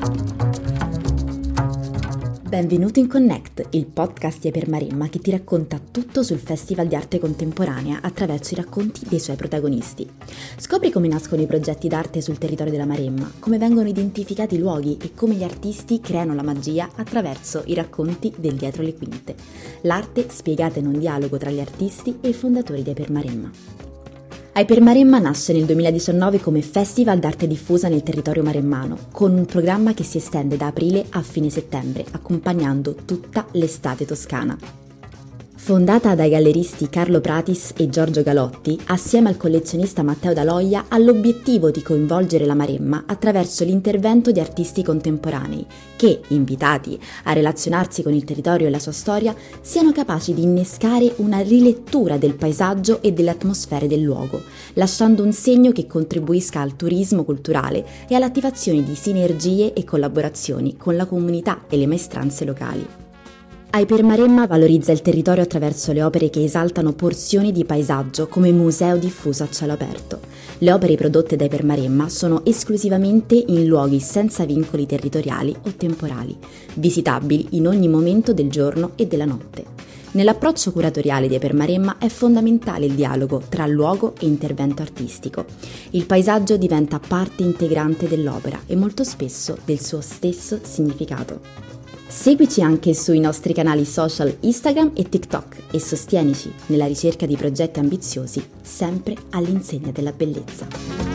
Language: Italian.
Benvenuto in Connect, il podcast di Hypermaremma che ti racconta tutto sul Festival di Arte Contemporanea attraverso i racconti dei suoi protagonisti. Scopri come nascono i progetti d'arte sul territorio della Maremma, come vengono identificati i luoghi e come gli artisti creano la magia attraverso i racconti del dietro le quinte. L'arte spiegata in un dialogo tra gli artisti e i fondatori di Hypermaremma. Hypermaremma nasce nel 2019 come festival d'arte diffusa nel territorio maremmano, con un programma che si estende da aprile a fine settembre, accompagnando tutta l'estate toscana. Fondata dai galleristi Carlo Pratis e Giorgio Galotti, assieme al collezionista Matteo Daloia, ha l'obiettivo di coinvolgere la Maremma attraverso l'intervento di artisti contemporanei che, invitati a relazionarsi con il territorio e la sua storia, siano capaci di innescare una rilettura del paesaggio e delle atmosfere del luogo, lasciando un segno che contribuisca al turismo culturale e all'attivazione di sinergie e collaborazioni con la comunità e le maestranze locali. Hypermaremma valorizza il territorio attraverso le opere che esaltano porzioni di paesaggio come museo diffuso a cielo aperto. Le opere prodotte da Hypermaremma sono esclusivamente in luoghi senza vincoli territoriali o temporali, visitabili in ogni momento del giorno e della notte. Nell'approccio curatoriale di Hypermaremma è fondamentale il dialogo tra luogo e intervento artistico. Il paesaggio diventa parte integrante dell'opera e molto spesso del suo stesso significato. Seguici anche sui nostri canali social Instagram e TikTok e sostienici nella ricerca di progetti ambiziosi, sempre all'insegna della bellezza.